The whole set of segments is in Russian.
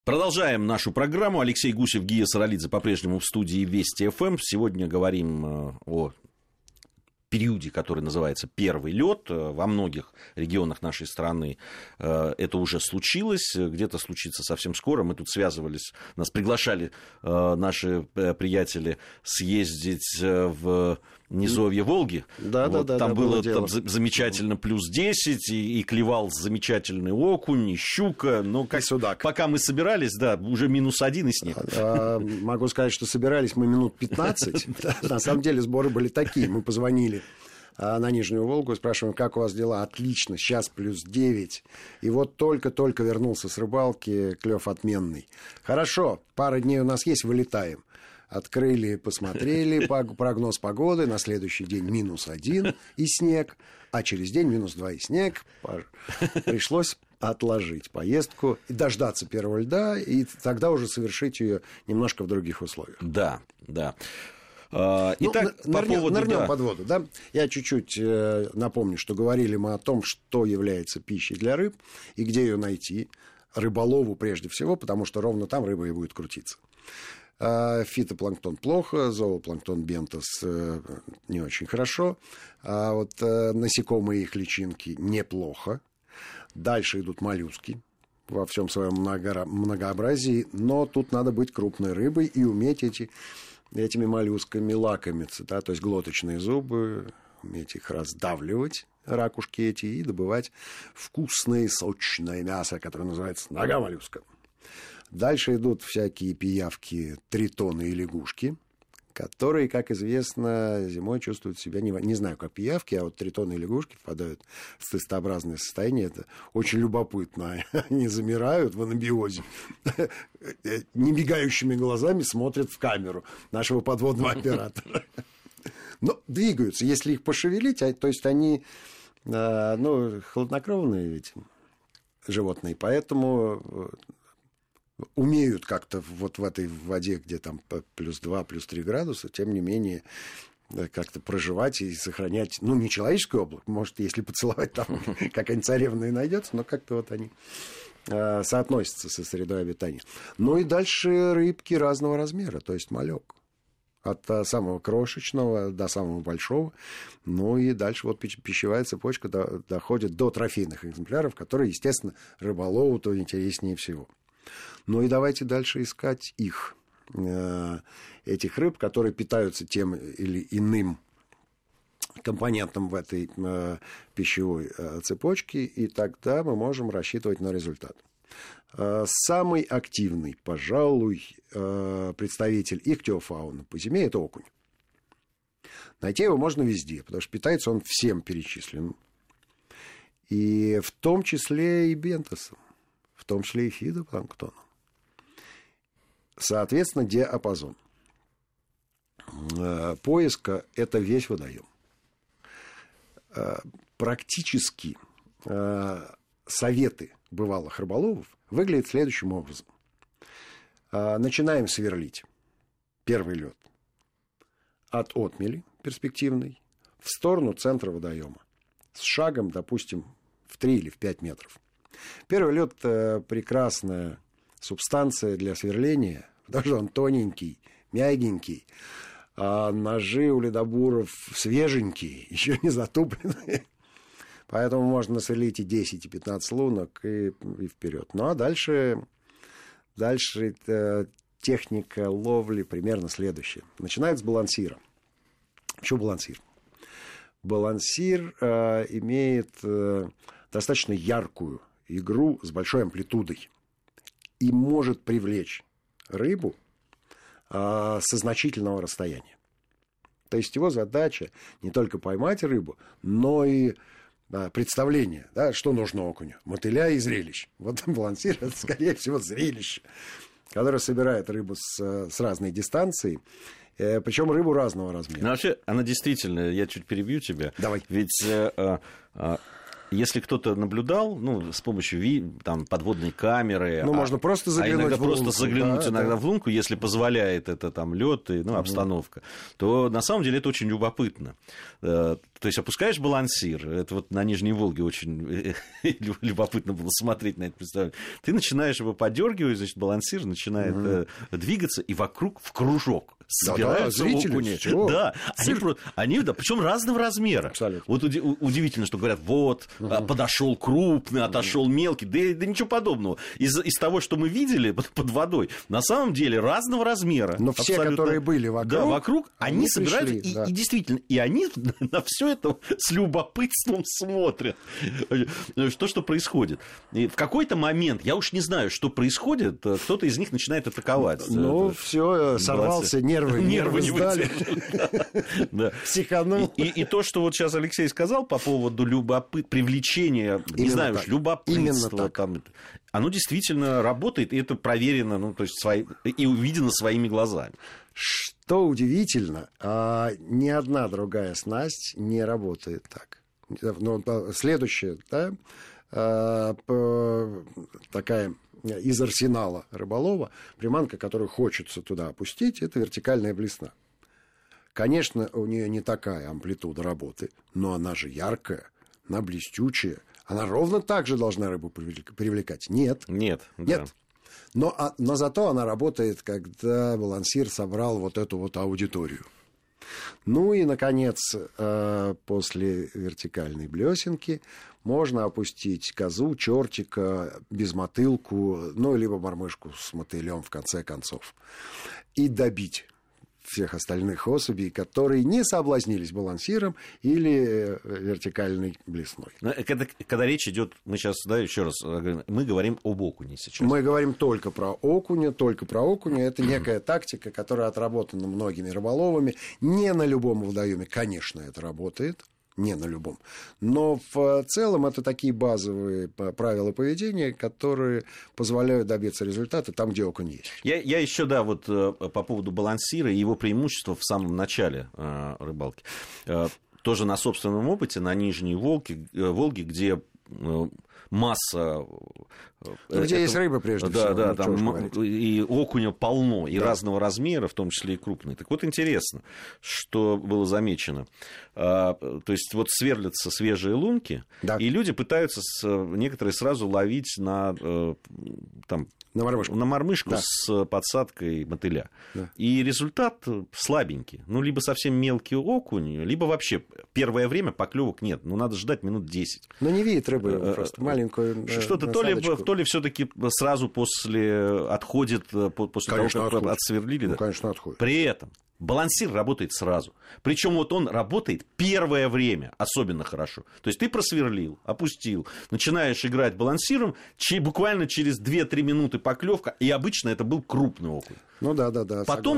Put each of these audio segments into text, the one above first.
Продолжаем нашу программу. Алексей Гусев, Гия Саралидзе по-прежнему в студии Вести ФМ. Сегодня говорим о периоде, который называется «Первый лед». Во многих регионах нашей страны это уже случилось. Где-то случится совсем скоро. Мы тут связывались, нас приглашали наши приятели съездить в низовье Волги. Да, там было там замечательно плюс 10, и клевал замечательный окунь, и щука. Но как, судак. Пока мы собирались, уже -1 и снег. Могу сказать, что собирались мы минут 15. На самом деле сборы были такие. Мы позвонили на Нижнюю Волгу и спрашиваем, как у вас дела? Отлично, сейчас +9. И вот только-только вернулся с рыбалки, клев отменный. Хорошо, пара дней у нас есть, вылетаем. Открыли, посмотрели прогноз погоды. На следующий день -1 и снег. А через день -2 и снег. Пришлось отложить поездку и дождаться первого льда. И тогда уже совершить ее немножко в других условиях. Да. Итак, нырнем под воду. Да? Я чуть-чуть напомню, что говорили мы о том, что является пищей для рыб и где ее найти. Рыболову прежде всего, потому что ровно там рыба и будет крутиться. Фитопланктон плохо, зоопланктон бентос не очень хорошо, а вот насекомые и их личинки неплохо. Дальше идут моллюски во всем своем многообразии, но тут надо быть крупной рыбой и уметь этими моллюсками лакомиться, да, то есть глоточные зубы, уметь их раздавливать, ракушки эти, и добывать вкусное сочное мясо, которое называется нога моллюска. Дальше идут всякие пиявки, тритоны и лягушки, которые, как известно, зимой чувствуют себя, не знаю, как пиявки, а вот тритоны и лягушки впадают в цистообразное состояние. Это очень любопытно. Они замирают в анабиозе, немигающими глазами смотрят в камеру нашего подводного оператора. Но двигаются, если их пошевелить, то есть они, хладнокровные ведь животные, поэтому умеют как-то вот в этой воде, где там +2, +3 градуса, тем не менее, как-то проживать и сохранять, не человеческое облако, может, если поцеловать, там какая-нибудь царевна и найдется, но как-то вот они соотносятся со средой обитания. Ну и дальше рыбки разного размера, то есть малек. От самого крошечного до самого большого. Ну и дальше вот пищевая цепочка доходит до трофейных экземпляров, которые, естественно, рыболову то интереснее всего. Ну и давайте дальше искать их, этих рыб, которые питаются тем или иным компонентом в этой пищевой цепочке, и тогда мы можем рассчитывать на результат. Самый активный, пожалуй, представитель ихтиофауны по зиме – это окунь. Найти его можно везде, потому что питается он всем перечисленным. И в том числе и бентосом, в том числе и фитопланктоном. Соответственно, диапазон поиска – это весь водоем. Практически советы бывалых рыболовов выглядят следующим образом. Начинаем сверлить первый лед от отмели перспективной в сторону центра водоема с шагом, допустим, в 3 или в 5 метров. Первый лед – прекрасная субстанция для сверления, потому что он тоненький, мягенький, а ножи у ледобуров свеженькие, еще не затупленные. Поэтому можно насверлить и 10, и 15 лунок, и вперед. Ну, а дальше техника ловли примерно следующая. Начинают с балансира. Почему балансир? Балансир имеет достаточно яркую игру с большой амплитудой и может привлечь рыбу со значительного расстояния. То есть его задача не только поймать рыбу, но и представление, да, что нужно окуню. Мотыля и зрелищ. Вот балансир – это, скорее всего, зрелище, которое собирает рыбу с разной дистанции, причем рыбу разного размера. Ну, вообще, она действительно, я чуть перебью тебя. Давай. Ведь если кто-то наблюдал, с помощью подводной камеры, можно просто заглянуть иногда в лунку, просто заглянуть в лунку, если позволяет это лед и обстановка, то на самом деле это очень любопытно. То есть опускаешь балансир, это вот на Нижней Волге очень любопытно было смотреть на это представление. Ты начинаешь его подергивать, значит, балансир начинает двигаться, и вокруг в кружок собираются окуни. Да, они, причем разного размера. Абсолютно. Вот удивительно, что говорят, вот, подошел крупный, отошел мелкий. Да ничего подобного. Из того, что мы видели под водой, на самом деле разного размера. Но все, которые были вокруг, они собираются, и действительно, и они на все это с любопытством смотрят, что происходит. И в какой-то момент, я уж не знаю, что происходит, кто-то из них начинает атаковать. Ну, все, сорвался, нервы не сдали. Психанул. И то, что вот сейчас Алексей сказал по поводу привлечения, не знаю уж, любопытства, оно действительно работает, и это проверено, ну, то есть и увидено своими глазами. Что удивительно, ни одна другая снасть не работает так. Но следующая, да, такая из арсенала рыболова, приманка, которую хочется туда опустить, это вертикальная блесна. Конечно, у нее не такая амплитуда работы, но она же яркая, она блестючая, она ровно так же должна рыбу привлекать. Нет. Да. Но зато она работает, когда балансир собрал вот эту вот аудиторию. Ну и, наконец, после вертикальной блесенки можно опустить козу, чертика, безмотылку, ну, либо мормышку с мотылем, в конце концов. И добить всех остальных особей, которые не соблазнились балансиром или вертикальной блесной. Когда речь идет, мы сейчас, да, еще раз, мы говорим об окуне сейчас. Мы говорим только про окуня. Это некая тактика, которая отработана многими рыболовами. Не на любом водоеме, конечно, это работает. Не на любом. Но в целом это такие базовые правила поведения, которые позволяют добиться результата там, где окунь есть. Я еще, да, вот по поводу балансира и его преимущества в самом начале рыбалки. Тоже на собственном опыте, на Нижней Волге, где масса... Где есть рыба, прежде всего. Да, там и окуня полно, и разного размера, в том числе и крупные. Так вот, интересно, что было замечено. То есть, вот сверлятся свежие лунки, и люди пытаются некоторые сразу ловить на мормышку с подсадкой мотыля. Да. И результат слабенький. Ну, либо совсем мелкий окунь, либо вообще первое время поклевок нет. Ну, надо ждать минут 10. Но не видит рыбы, просто маленькую что-то то ли все-таки сразу после отходит, после конечно, того, как отсверлили. Ну, конечно, отходит. При этом балансир работает сразу. Причем вот он работает первое время особенно хорошо. То есть ты просверлил, опустил, начинаешь играть балансиром, буквально через 2-3 минуты поклевка, и обычно это был крупный окунь. Ну да, потом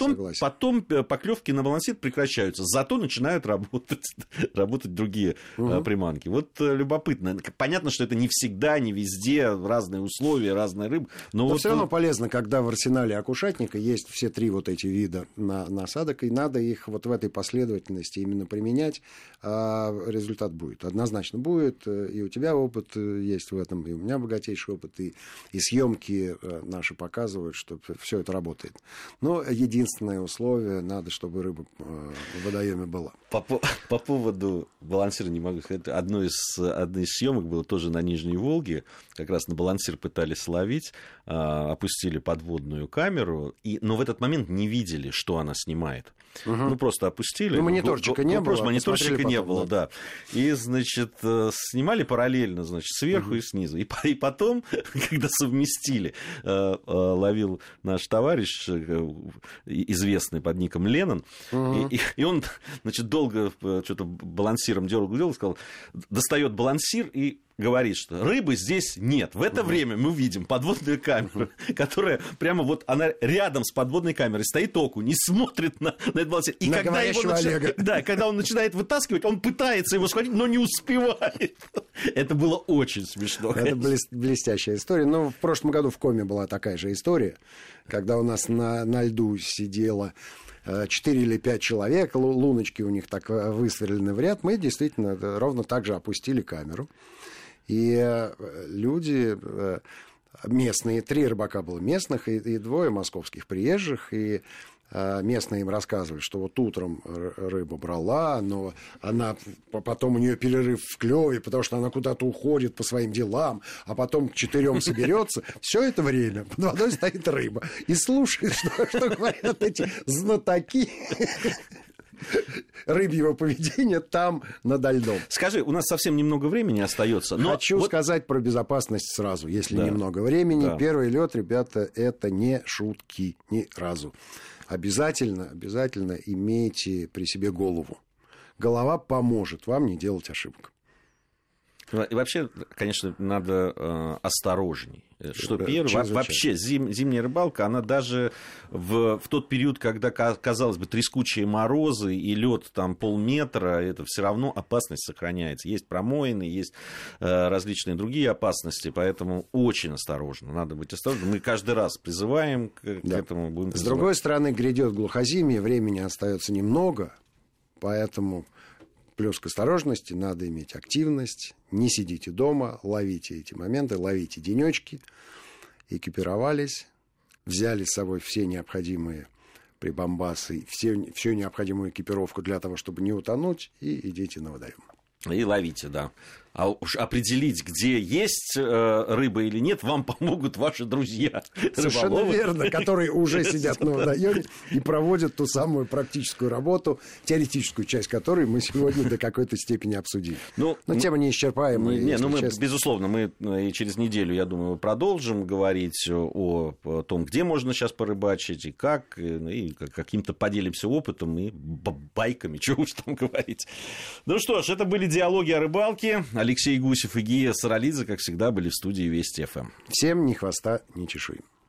поклевки на балансир прекращаются, зато начинают работать другие приманки. Вот любопытно. Понятно, что это не всегда, не везде, разные условия, разная рыба. Но вот все равно полезно, когда в арсенале окушатника есть все три вот эти вида насадок, и надо их вот в этой последовательности именно применять, а результат будет. Однозначно будет, и у тебя опыт есть в этом, и у меня богатейший опыт, и съемки наши показывают, что все это работает. Но единственное условие, надо, чтобы рыба в водоеме была. По поводу балансира не могу сказать. Одной из съемок было тоже на Нижней Волге. Как раз на балансир пытались ловить, опустили подводную камеру, но в этот момент не видели, что она снимает. Ну, просто опустили. Ну, мониторчика не было. Просто мониторчика не было, да. И, значит, снимали параллельно, значит, сверху и снизу. И потом, когда совместили, ловил наш товарищ, известный под ником Леннон, и он, значит, долго что-то балансиром дергал, сказал, достает балансир и говорит, что рыбы здесь нет. В это время мы видим подводную камеру, которая прямо вот, она рядом с подводной камерой стоит окунь и смотрит на этот балансир. И когда он начинает вытаскивать, он пытается его схватить, но не успевает. Это было очень смешно. Это блестящая история. Но в прошлом году в Коме была такая же история, когда у нас на льду сидело 4 или 5 человек, луночки у них так высверлены в ряд. Мы действительно ровно так же опустили камеру. И люди местные, 3 рыбака было местных и 2 московских приезжих, и местные им рассказывали, что вот утром рыба брала, но она, потом у нее перерыв в клеве, потому что она куда-то уходит по своим делам, а потом к 4 соберется. Все это время под водой стоит рыба. И слушает, что говорят эти знатоки рыбьего поведения там, над льдом. Скажи, у нас совсем немного времени остается. Но хочу сказать про безопасность сразу, если немного времени. Да. Первый лед, ребята, это не шутки ни разу. Обязательно имейте при себе голову. Голова поможет вам не делать ошибок. И вообще, конечно, надо осторожней. Что первое, вообще зимняя рыбалка, она даже в тот период, когда, казалось бы, трескучие морозы и лед там полметра, это все равно опасность сохраняется. Есть промоины, есть различные другие опасности, поэтому очень осторожно. Надо быть осторожным. Мы каждый раз призываем к этому. Будем С другой стороны, грядет глухозимье, времени остается немного, поэтому... Плюс к осторожности надо иметь активность, не сидите дома, ловите эти моменты, ловите денечки, экипировались, взяли с собой все необходимые прибамбасы, всю необходимую экипировку для того, чтобы не утонуть, и идите на водоем. И ловите, да. А уж определить, где есть рыба или нет, вам помогут ваши друзья. Совершенно рыболовы. Верно, которые уже сидят на водоеме и проводят ту самую практическую работу, теоретическую часть которой мы сегодня до какой-то степени обсудили. Но тема неисчерпаемая. Безусловно, мы и через неделю, я думаю, продолжим говорить о том, где можно сейчас порыбачить и как, и каким-то поделимся опытом и байками, чего уж там говорить. Ну что ж, это были диалоги о рыбалке. Алексей Гусев и Гия Саралидзе, как всегда, были в студии Вести ФМ. Всем ни хвоста, ни чешуи.